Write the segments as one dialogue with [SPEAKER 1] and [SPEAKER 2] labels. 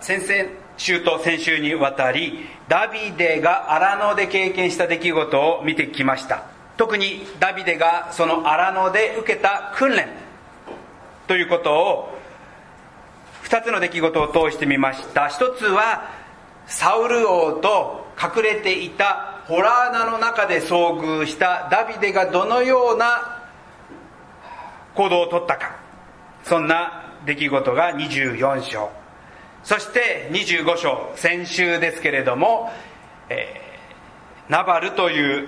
[SPEAKER 1] 先々週と先週にわたり、ダビデが荒野で経験した出来事を見てきました。特にダビデがその荒野で受けた訓練ということを2つの出来事を通してみました。一つはサウル王と隠れていたホラー穴の中で遭遇したダビデがどのような行動をとったか、そんな出来事が24章、そして25章、先週ですけれども、ナバルという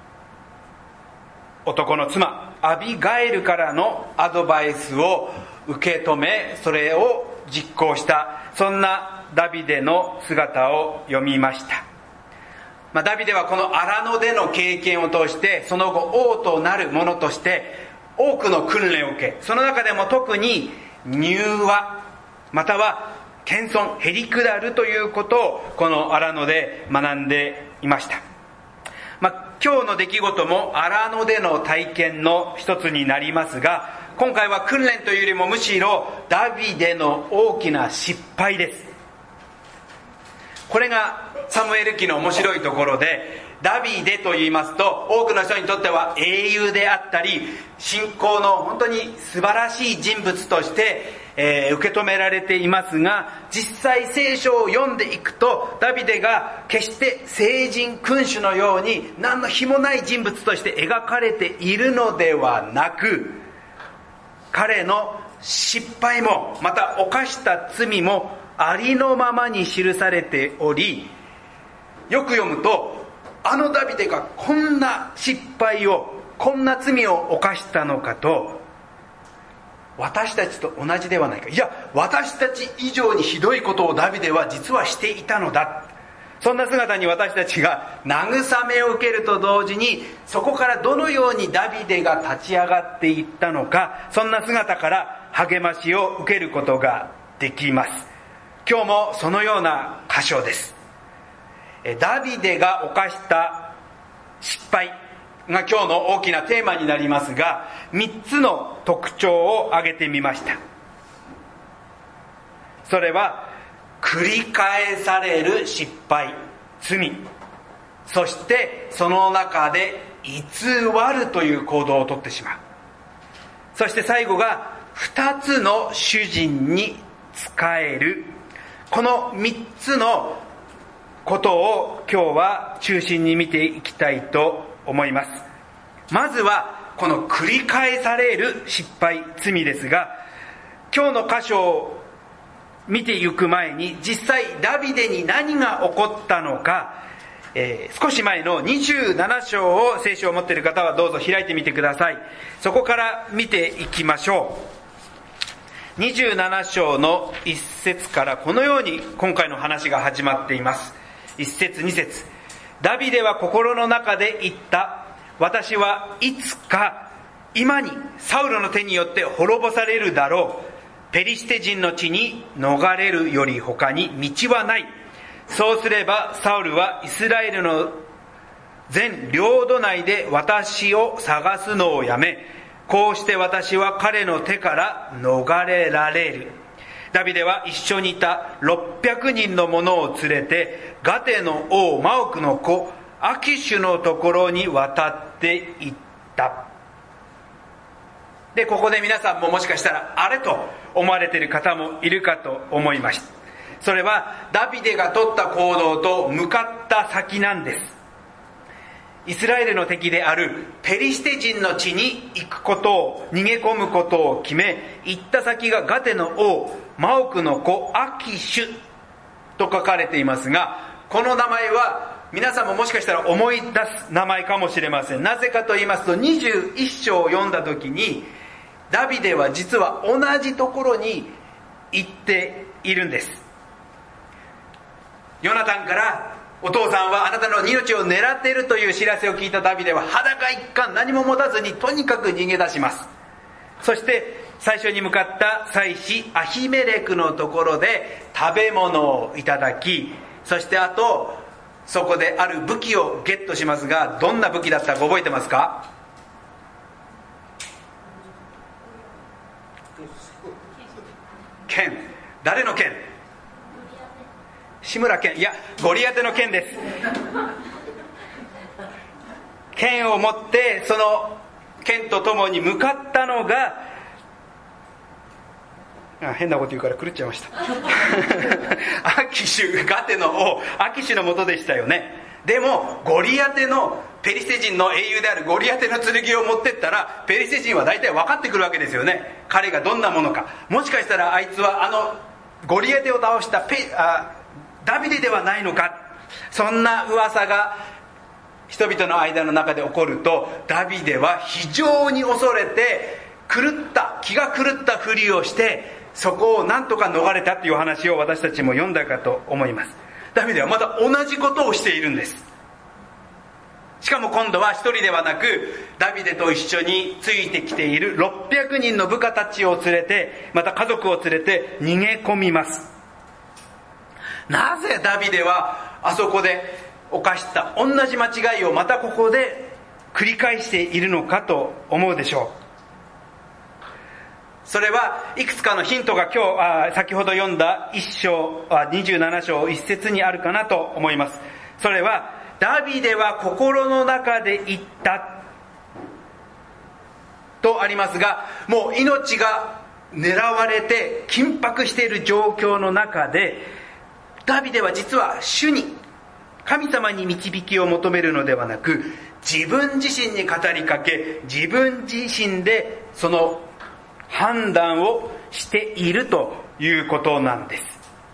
[SPEAKER 1] 男の妻アビガエルからのアドバイスを受け止め、それを実行した、そんなダビデの姿を読みました。ダビデはこの荒野での経験を通して、その後王となる者として多くの訓練を受け、その中でも特に柔和または謙遜、へりくだるということをこの荒野で学んでいました。今日の出来事も荒野での体験の一つになりますが、今回は訓練というよりもむしろダビデの大きな失敗です。これがサムエル記の面白いところで、ダビデと言いますと多くの人にとっては英雄であったり信仰の本当に素晴らしい人物として、受け止められていますが、実際聖書を読んでいくとダビデが決して聖人君主のように何の非もない人物として描かれているのではなく、彼の失敗もまた犯した罪もありのままに記されており、よく読むとあのダビデがこんな失敗を、こんな罪を犯したのかと、私たちと同じではないか、いや私たち以上にひどいことをダビデは実はしていたのだ、そんな姿に私たちが慰めを受けると同時に、そこからどのようにダビデが立ち上がっていったのか、そんな姿から励ましを受けることができます。今日もそのような箇所です。ダビデが犯した失敗が今日の大きなテーマになりますが、3つの特徴を挙げてみました。それは繰り返される失敗、罪、そしてその中で偽るという行動をとってしまう。そして最後が2つの主人に仕える。この3つのことを今日は中心に見ていきたいと思います。まずはこの繰り返される失敗、罪ですが、今日の箇所を見ていく前に実際ダビデに何が起こったのか、少し前の27章を聖書を持っている方はどうぞ開いてみてください。そこから見ていきましょう。27章の1節からこのように今回の話が始まっています。1節2節、ダビデは心の中で言った。私はいつか今にサウルの手によって滅ぼされるだろう。ペリシテ人の地に逃れるより他に道はない。そうすればサウルはイスラエルの全領土内で私を探すのをやめ、こうして私は彼の手から逃れられる。ダビデは一緒にいた600人の者を連れてガテの王マオクの子アキシュのところに渡っていった。で、ここで皆さんももしかしたらあれと思われている方もいるかと思いました。それはダビデが取った行動と向かった先なんです。イスラエルの敵であるペリシテ人の地に行くことを、逃げ込むことを決め、行った先がガテの王マオクの子アキシュと書かれていますが、この名前は皆さんももしかしたら思い出す名前かもしれません。なぜかと言いますと、21章を読んだ時にダビデは実は同じところに行っているんです。ヨナタンからお父さんはあなたの命を狙っているという知らせを聞いたダビデは裸一貫、何も持たずにとにかく逃げ出します。そして最初に向かった祭司アヒメレクのところで食べ物をいただき、そしてあとそこである武器をゲットしますが、どんな武器だったか覚えてますか？剣。誰の剣？ 志村けん、いやゴリアテの剣です。剣を持ってその剣とともに向かったのが、変なこと言うから狂っちゃいましたアキシュ、ガテの王アキシュのもとでしたよね。でもゴリアテの、ペリシテ人の英雄であるゴリアテの剣を持ってったら、ペリシテ人は大体分かってくるわけですよね、彼がどんなものか。もしかしたらあいつはゴリアテを倒したダビデではないのか、そんな噂が人々の間の中で起こると、ダビデは非常に恐れて気が狂ったふりをして、そこを何とか逃れたという話を私たちも読んだかと思います。ダビデはまた同じことをしているんです。しかも今度は一人ではなく、ダビデと一緒についてきている600人の部下たちを連れて、また家族を連れて逃げ込みます。なぜダビデはあそこで犯した同じ間違いをまたここで繰り返しているのかと思うでしょう。それはいくつかのヒントが先ほど読んだ27章1節にあるかなと思います。それは、ダビデは心の中で言ったとありますが、もう命が狙われて緊迫している状況の中で、ダビデは実は主に、神様に導きを求めるのではなく、自分自身に語りかけ、自分自身でその判断をしているということなんです。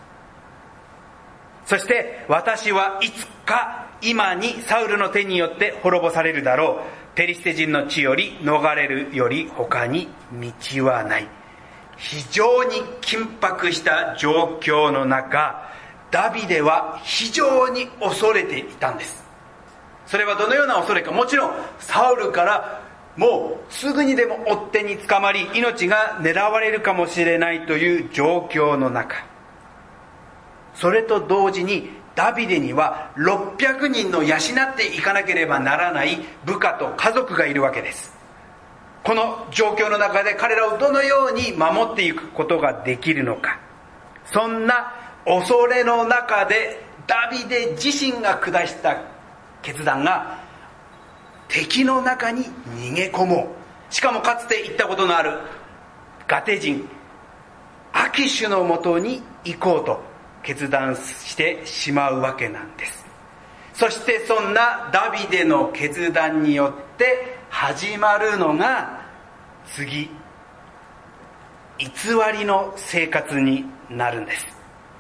[SPEAKER 1] そして、私はいつか今にサウルの手によって滅ぼされるだろう。ペリシテ人の地より逃れるより他に道はない。非常に緊迫した状況の中、ダビデは非常に恐れていたんです。それはどのような恐れか、もちろんサウルからもうすぐにでも追っ手に捕まり、命が狙われるかもしれないという状況の中、それと同時にダビデには600人の養っていかなければならない部下と家族がいるわけです。この状況の中で彼らをどのように守っていくことができるのか、そんな恐れの中でダビデ自身が下した決断が、敵の中に逃げ込もう、しかもかつて言ったことのあるガテ人アキシュのもとに行こうと決断してしまうわけなんです。そしてそんなダビデの決断によって始まるのが、次、偽りの生活になるんです。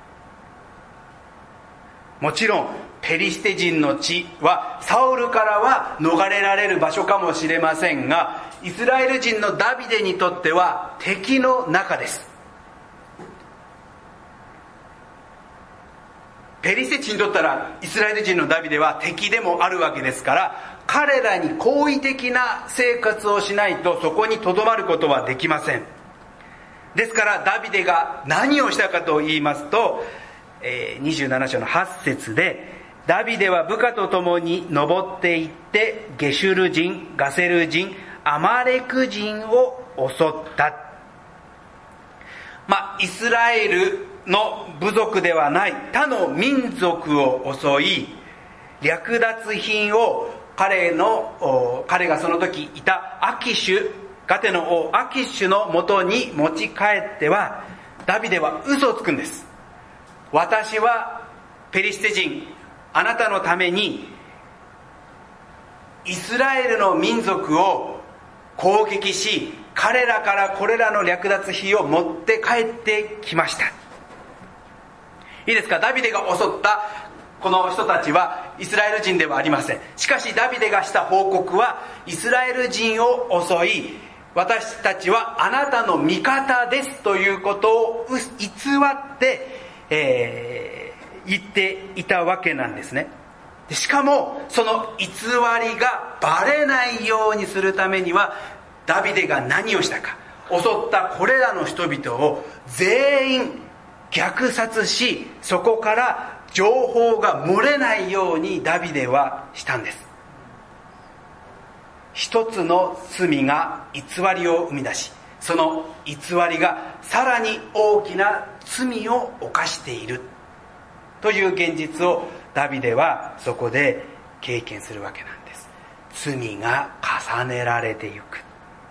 [SPEAKER 1] もちろんペリシテ人の地はサウルからは逃れられる場所かもしれませんが、イスラエル人のダビデにとっては敵の中です。ペリシテ人にとったらイスラエル人のダビデは敵でもあるわけですから、彼らに好意的な生活をしないとそこにとどまることはできません。ですからダビデが何をしたかと言いますと、27章の8節で、ダビデは部下と共に登っていってゲシュル人、ガセル人、アマレク人を襲った。イスラエルの部族ではない他の民族を襲い、略奪品を彼がその時いたアキシュ、ガテの王アキシュのもとに持ち帰っては、ダビデは嘘をつくんです。私はペリシテ人、あなたのためにイスラエルの民族を攻撃し、彼らからこれらの略奪品を持って帰ってきました。いいですか。ダビデが襲ったこの人たちはイスラエル人ではありません。しかしダビデがした報告は、イスラエル人を襲い、私たちはあなたの味方ですということを偽って言っていたわけなんですね。しかもその偽りがバレないようにするためには、ダビデが何をしたか、襲ったこれらの人々を全員虐殺し、そこから情報が漏れないようにダビデはしたんです。一つの罪が偽りを生み出し、その偽りがさらに大きな罪を犯している。 という現実をダビデはそこで経験するわけなんです。罪が重ねられていく。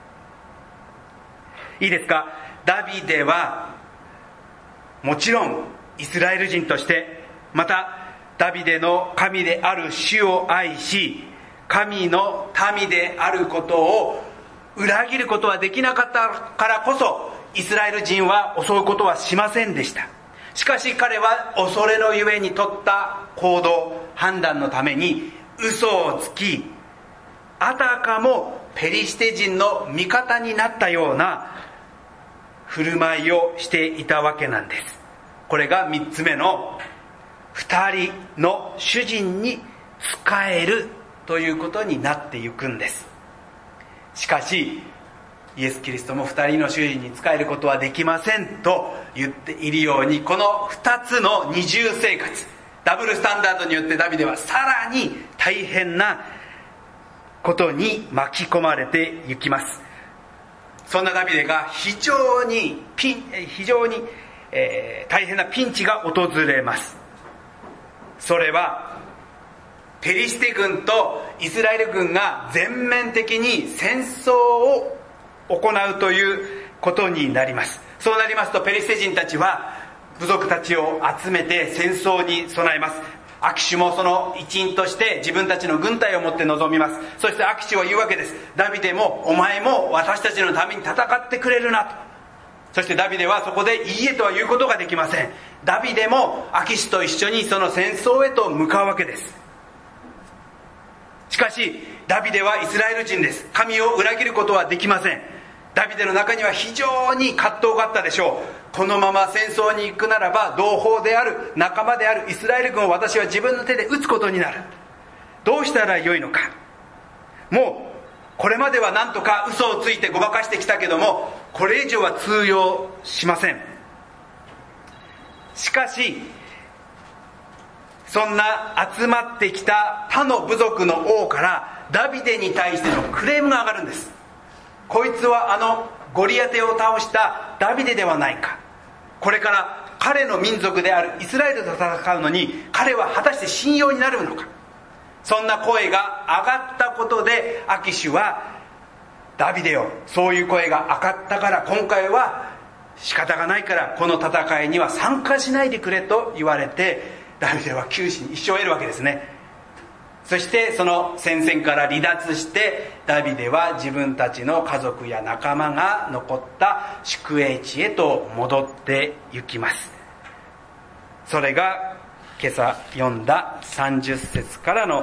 [SPEAKER 1] いいですか？ダビデはもちろんイスラエル人として、またダビデの神である主を愛し、神の民であることを裏切ることはできなかったからこそ、イスラエル人は襲うことはしませんでした。しかし彼は恐れのゆえに取った行動判断のために嘘をつき、あたかもペリシテ人の味方になったような振る舞いをしていたわけなんです。これが3つ目の、2人の主人に仕えるということになっていくんです。しかしイエス・キリストも2人の主人に仕えることはできませんと言っているように、この2つの二重生活、ダブルスタンダードによってダビデはさらに大変なことに巻き込まれていきます。そんなダビデが非常に大変なピンチが訪れます。それはペリシテ軍とイスラエル軍が全面的に戦争を行うということになります。そうなりますと、ペリシテ人たちは部族たちを集めて戦争に備えます。アキシュもその一員として自分たちの軍隊を持って臨みます。そしてアキシュは言うわけです。ダビデもお前も私たちのために戦ってくれるなと。そしてダビデはそこでいいえとは言うことができません。ダビデもアキシュと一緒にその戦争へと向かうわけです。しかしダビデはイスラエル人です。神を裏切ることはできません。ダビデの中には非常に葛藤があったでしょう。このまま戦争に行くならば、同胞である仲間であるイスラエル軍を私は自分の手で撃つことになる。どうしたらよいのか。もうこれまでは何とか嘘をついてごまかしてきたけども、これ以上は通用しません。しかしそんな集まってきた他の部族の王からダビデに対してのクレームが上がるんです。こいつはあのゴリアテを倒したダビデではないか。これから彼の民族であるイスラエルと戦うのに彼は果たして信用になるのか。そんな声が上がったことで、アキシュはダビデよ、そういう声が上がったから今回は仕方がないからこの戦いには参加しないでくれと言われて、ダビデは九死に一生を得るわけですね。そしてその戦線から離脱して、ダビデは自分たちの家族や仲間が残った宿営地へと戻って行きます。それが今朝読んだ30節からの、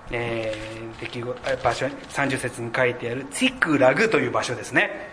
[SPEAKER 1] 場所、30節に書いてあるツィクラグという場所ですね。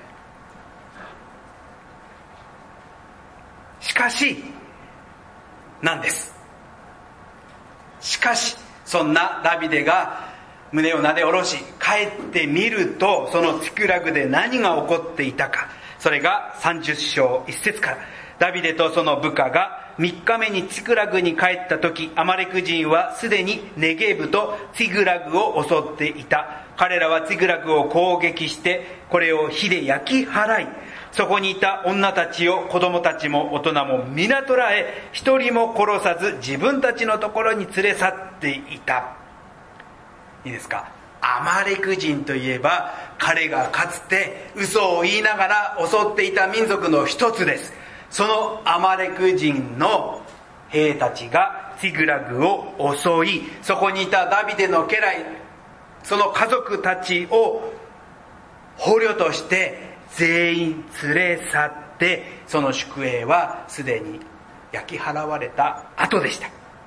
[SPEAKER 1] しかしなんです。しかしそんなダビデが胸をなで下ろし帰ってみると、そのツィクラグで何が起こっていたか。それが30章1節から、ダビデとその部下が3日目にツィクラグに帰った時、アマレク人はすでにネゲーブとツィグラグを襲っていた。彼らはツィグラグを攻撃してこれを火で焼き払い、そこにいた女たちを、子供たちも大人も皆捕らえ、一人も殺さず自分たちのところに連れ去っていた。いいですか。アマレク人といえば彼がかつて嘘を言いながら襲っていた民族の一つです。そのアマレク人の兵たちがツィグラグを襲い、そこにいたダビデの家来、その家族たちを捕虜として全員連れ去って、その宿営はすでに焼き払われた後でした。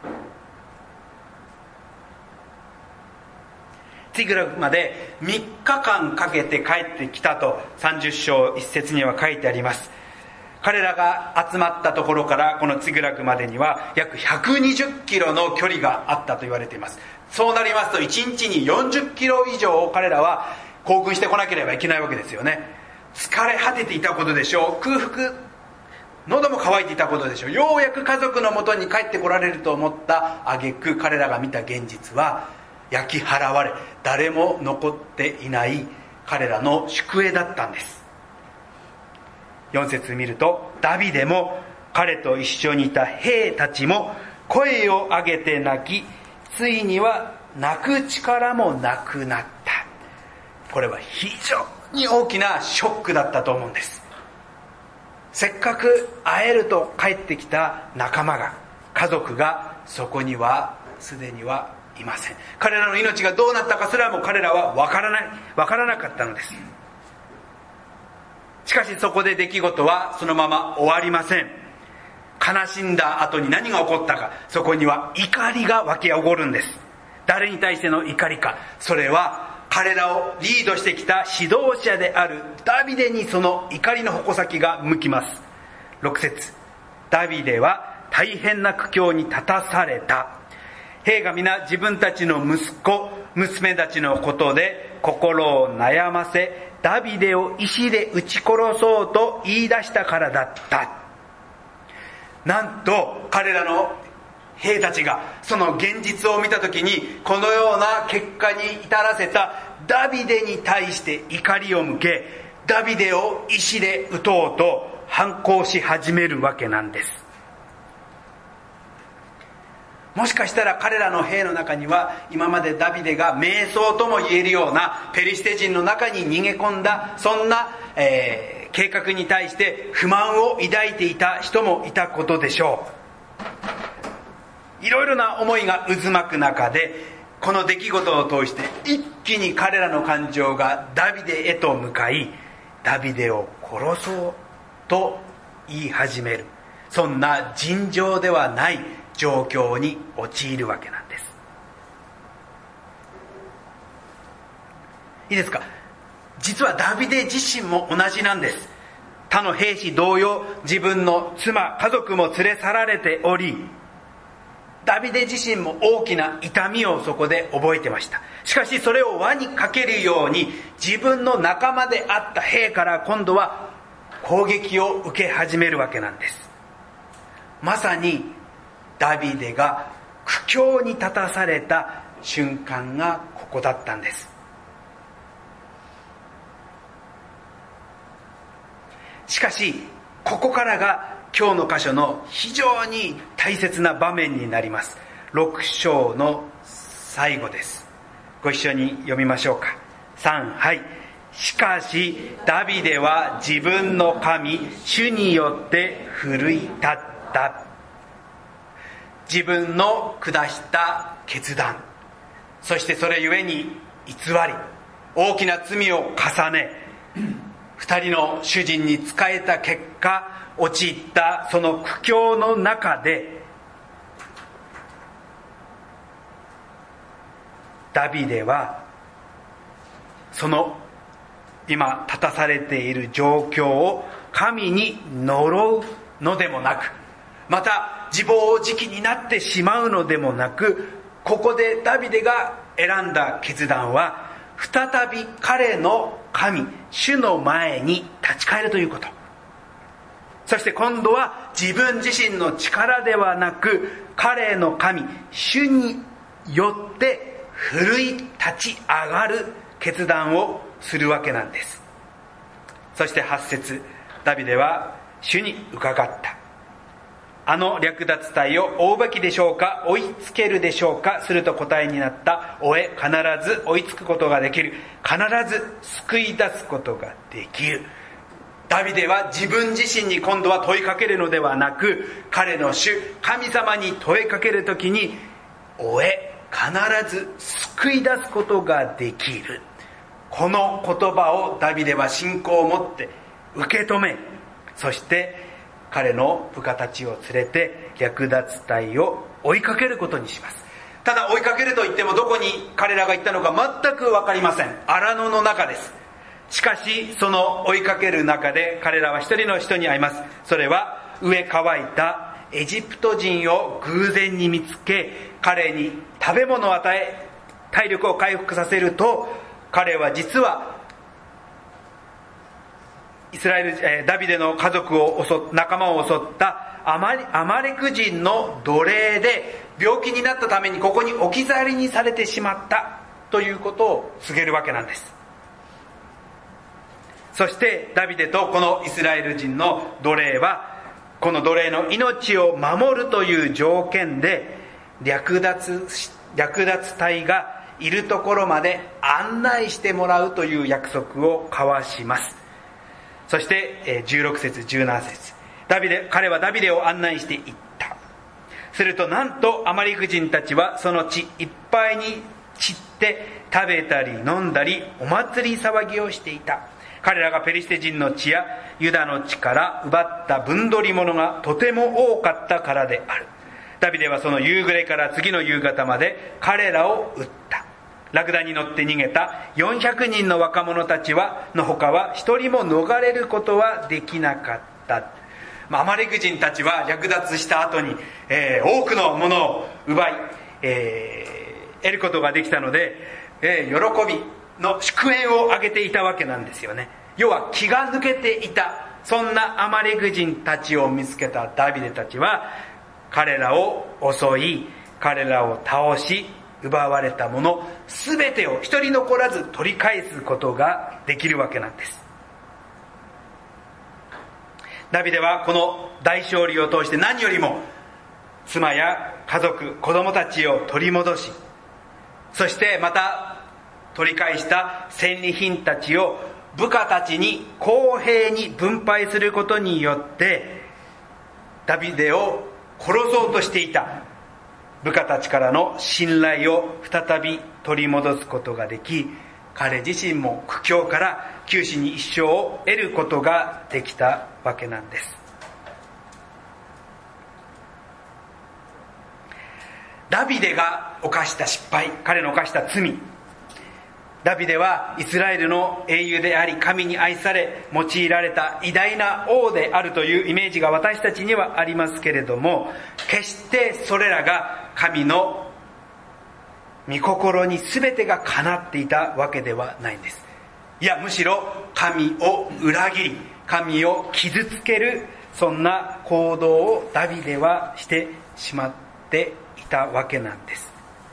[SPEAKER 1] ツィグラグまで3日間かけて帰ってきたと30章1節には書いてあります。彼らが集まったところからこのツィグラグまでには約120キロの距離があったと言われています。そうなりますと1日に40キロ以上彼らは行軍してこなければいけないわけですよね。疲れ果てていたことでしょう。空腹、喉も渇いていたことでしょう。ようやく家族のもとに帰ってこられると思った挙句、彼らが見た現実は焼き払われ、誰も残っていない彼らの宿営だったんです。4節見ると、ダビデも彼と一緒にいた兵たちも声を上げて泣き、ついには泣く力もなくなった。これは非常に大きなショックだったと思うんです。せっかく会えると帰ってきた仲間が、家族がそこにはすでにはいません。彼らの命がどうなったかすらも彼らはわからなかったのです。しかしそこで出来事はそのまま終わりません。悲しんだ後に何が起こったか、そこには怒りが湧き起こるんです。誰に対しての怒りか、それは彼らをリードしてきた指導者であるダビデにその怒りの矛先が向きます。6節、ダビデは大変な苦境に立たされた。兵が皆自分たちの息子娘たちのことで心を悩ませ、ダビデを石で撃ち殺そうと言い出したからだった。なんと彼らの兵たちがその現実を見たときに、このような結果に至らせたダビデに対して怒りを向け、ダビデを石で撃とうと反抗し始めるわけなんです。もしかしたら彼らの兵の中には、今までダビデが迷走とも言えるようなペリシテ人の中に逃げ込んだ、そんな、計画に対して不満を抱いていた人もいたことでしょう。いろいろな思いが渦巻く中で、この出来事を通して一気に彼らの感情がダビデへと向かい、ダビデを殺そうと言い始める、そんな尋常ではない状況に陥るわけなんです。いいですか。実はダビデ自身も同じなんです。他の兵士同様、自分の妻家族も連れ去られており、ダビデ自身も大きな痛みをそこで覚えてました。しかしそれを輪にかけるように、自分の仲間であった兵から今度は攻撃を受け始めるわけなんです。まさにダビデが苦境に立たされた瞬間がここだったんです。しかしここからが今日の箇所の非常に大切な場面になります。6章の最後です。ご一緒に読みましょうか。3、はい。しかしダビデは自分の神主によって奮い立った。自分の下した決断、そしてそれゆえに偽り、大きな罪を重ね、二人の主人に仕えた結果、陥ったその苦境の中で、ダビデはその今立たされている状況を神に呪うのでもなく、また自暴自棄になってしまうのでもなく、ここでダビデが選んだ決断は、再び彼の神主の前に立ち返るということ。そして今度は自分自身の力ではなく、彼の神主によって奮い立ち上がる決断をするわけなんです。そして8節、ダビデは主に伺った。あの略奪隊を追うべきでしょうか、追いつけるでしょうか。すると答えになった。追え、必ず追いつくことができる。必ず救い出すことができる。ダビデは自分自身に今度は問いかけるのではなく、彼の主神様に問いかけるときに、追え、必ず救い出すことができる。この言葉をダビデは信仰を持って受け止め、そして彼の部下たちを連れて略奪隊を追いかけることにします。ただ追いかけるといっても、どこに彼らが行ったのか全く分かりません。荒野の中です。しかしその追いかける中で彼らは一人の人に会います。それは飢え渇いたエジプト人を偶然に見つけ、彼に食べ物を与え体力を回復させると、彼は実はダビデの家族を仲間を襲ったアマレク人の奴隷で、病気になったためにここに置き去りにされてしまったということを告げるわけなんです。そしてダビデとこのイスラエル人の奴隷はこの奴隷の命を守るという条件で略奪隊がいるところまで案内してもらうという約束を交わします。そして16節17節、彼はダビデを案内していった。するとなんとアマリク人たちはその地いっぱいに散って食べたり飲んだりお祭り騒ぎをしていた。彼らがペリシテ人の地やユダの地から奪った分取り物がとても多かったからである。ダビデはその夕暮れから次の夕方まで彼らを撃った。ラクダに乗って逃げた400人の若者たちの他は一人も逃れることはできなかった。アマレク人たちは略奪した後に、多くのものを奪い、得ることができたので、喜びの祝宴を挙げていたわけなんですよね。要は気が抜けていた、そんなアマレク人たちを見つけたダビデたちは彼らを襲い、彼らを倒し、奪われたもの全てを一人残らず取り返すことができるわけなんです。ダビデはこの大勝利を通して何よりも妻や家族、子供たちを取り戻し、そしてまた取り返した戦利品たちを部下たちに公平に分配することによってダビデを殺そうとしていた部下たちからの信頼を再び取り戻すことができ、彼自身も苦境から九死に一生を得ることができたわけなんです。ダビデが犯した失敗、彼の犯した罪、ダビデはイスラエルの英雄であり神に愛され用いられた偉大な王であるというイメージが私たちにはありますけれども、決してそれらが神の御心に全てがかなっていたわけではないんです。いや、むしろ神を裏切り神を傷つける、そんな行動をダビデはしてしまっていたわけなんです。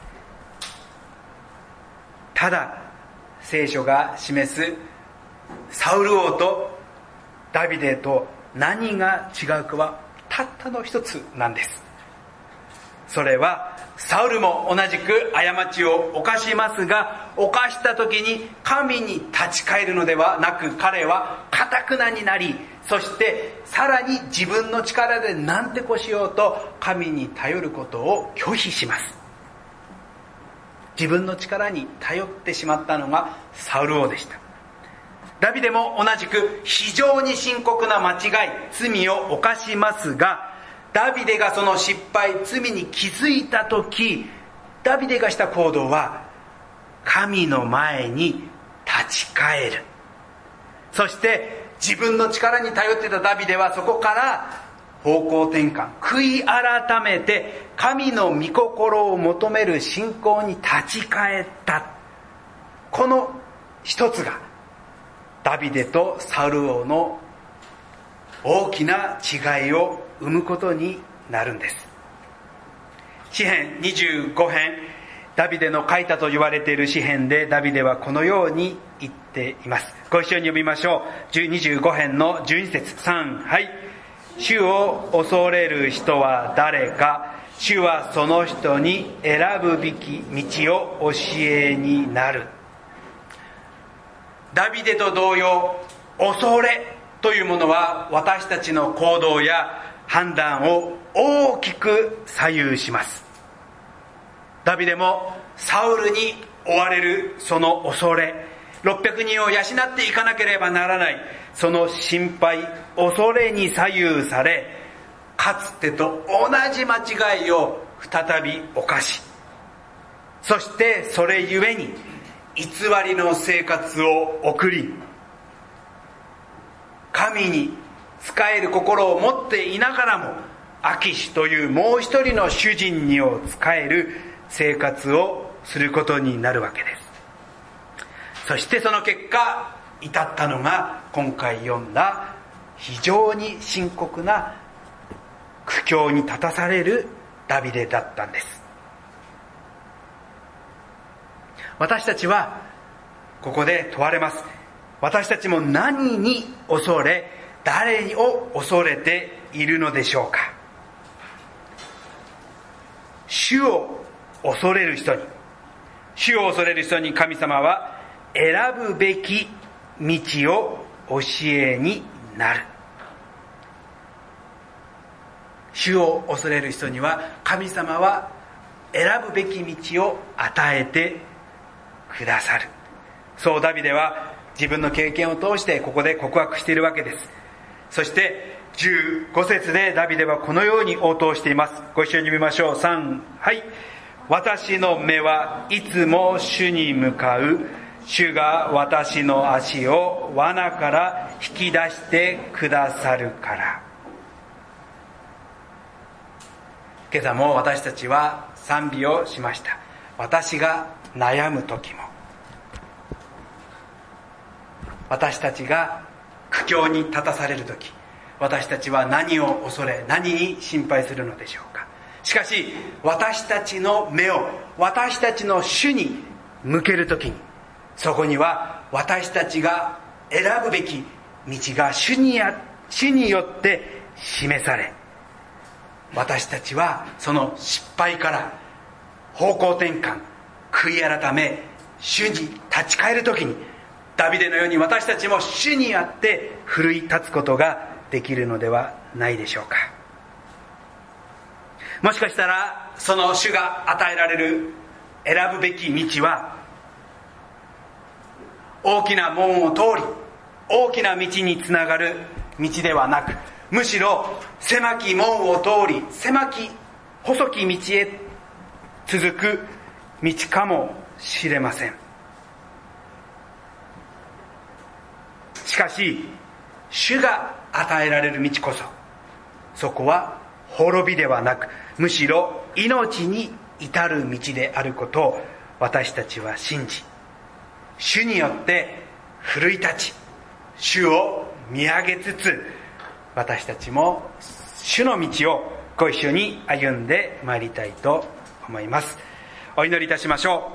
[SPEAKER 1] ただ聖書が示すサウル王とダビデと何が違うかはたったの一つなんです。それはサウルも同じく過ちを犯しますが、犯した時に神に立ち返るのではなく、彼は頑なになり、そしてさらに自分の力で何てこしようと神に頼ることを拒否します。自分の力に頼ってしまったのがサウル王でした。ダビデも同じく非常に深刻な間違い、罪を犯しますが、ダビデがその失敗、罪に気づいた時、ダビデがした行動は神の前に立ち返る。そして自分の力に頼っていたダビデはそこから方向転換、悔い改めて神の御心を求める信仰に立ち返った。この一つがダビデとサウル王の大きな違いを生むことになるんです。詩編25編、ダビデの書いたと言われている詩編でダビデはこのように言っています。ご一緒に読みましょう。25編の12節、3、はい。主を恐れる人は誰か、主はその人に選ぶべき道を教えになる。ダビデと同様、恐れというものは私たちの行動や判断を大きく左右します。ダビデもサウルに追われるその恐れ、600人を養っていかなければならないその心配、恐れに左右され、かつてと同じ間違いを再び犯し、そしてそれゆえに偽りの生活を送り、神に仕える心を持っていながらもアキシというもう一人の主人にを仕える生活をすることになるわけです。そしてその結果至ったのが今回読んだ非常に深刻な苦境に立たされるダビデだったんです。私たちはここで問われます。私たちも何に恐れ、誰を恐れているのでしょうか。主を恐れる人に、主を恐れる人に神様は選ぶべき道を教えになる。主を恐れる人には神様は選ぶべき道を与えてくださる。そうダビデは自分の経験を通してここで告白しているわけです。そして15節でダビデはこのように応答しています。ご一緒に見ましょう。3、はい。私の目はいつも主に向かう。主が私の足を罠から引き出してくださるから。今朝も私たちは賛美をしました。私が悩む時も、私たちが苦境に立たされる時、私たちは何を恐れ、何に心配するのでしょうか。しかし私たちの目を私たちの主に向ける時に、そこには私たちが選ぶべき道が主によって示され、私たちはその失敗から方向転換、悔い改め、主に立ち返る時に、ダビデのように私たちも主にあって奮い立つことができるのではないでしょうか。もしかしたらその主が与えられる選ぶべき道は、大きな門を通り大きな道につながる道ではなく、むしろ狭き門を通り狭き細き道へ続く道かもしれません。しかし主が与えられる道こそ、そこは滅びではなく、むしろ命に至る道であることを私たちは信じ、主によって奮い立ち、主を見上げつつ、私たちも主の道をご一緒に歩んでまいりたいと思います。お祈りいたしましょう。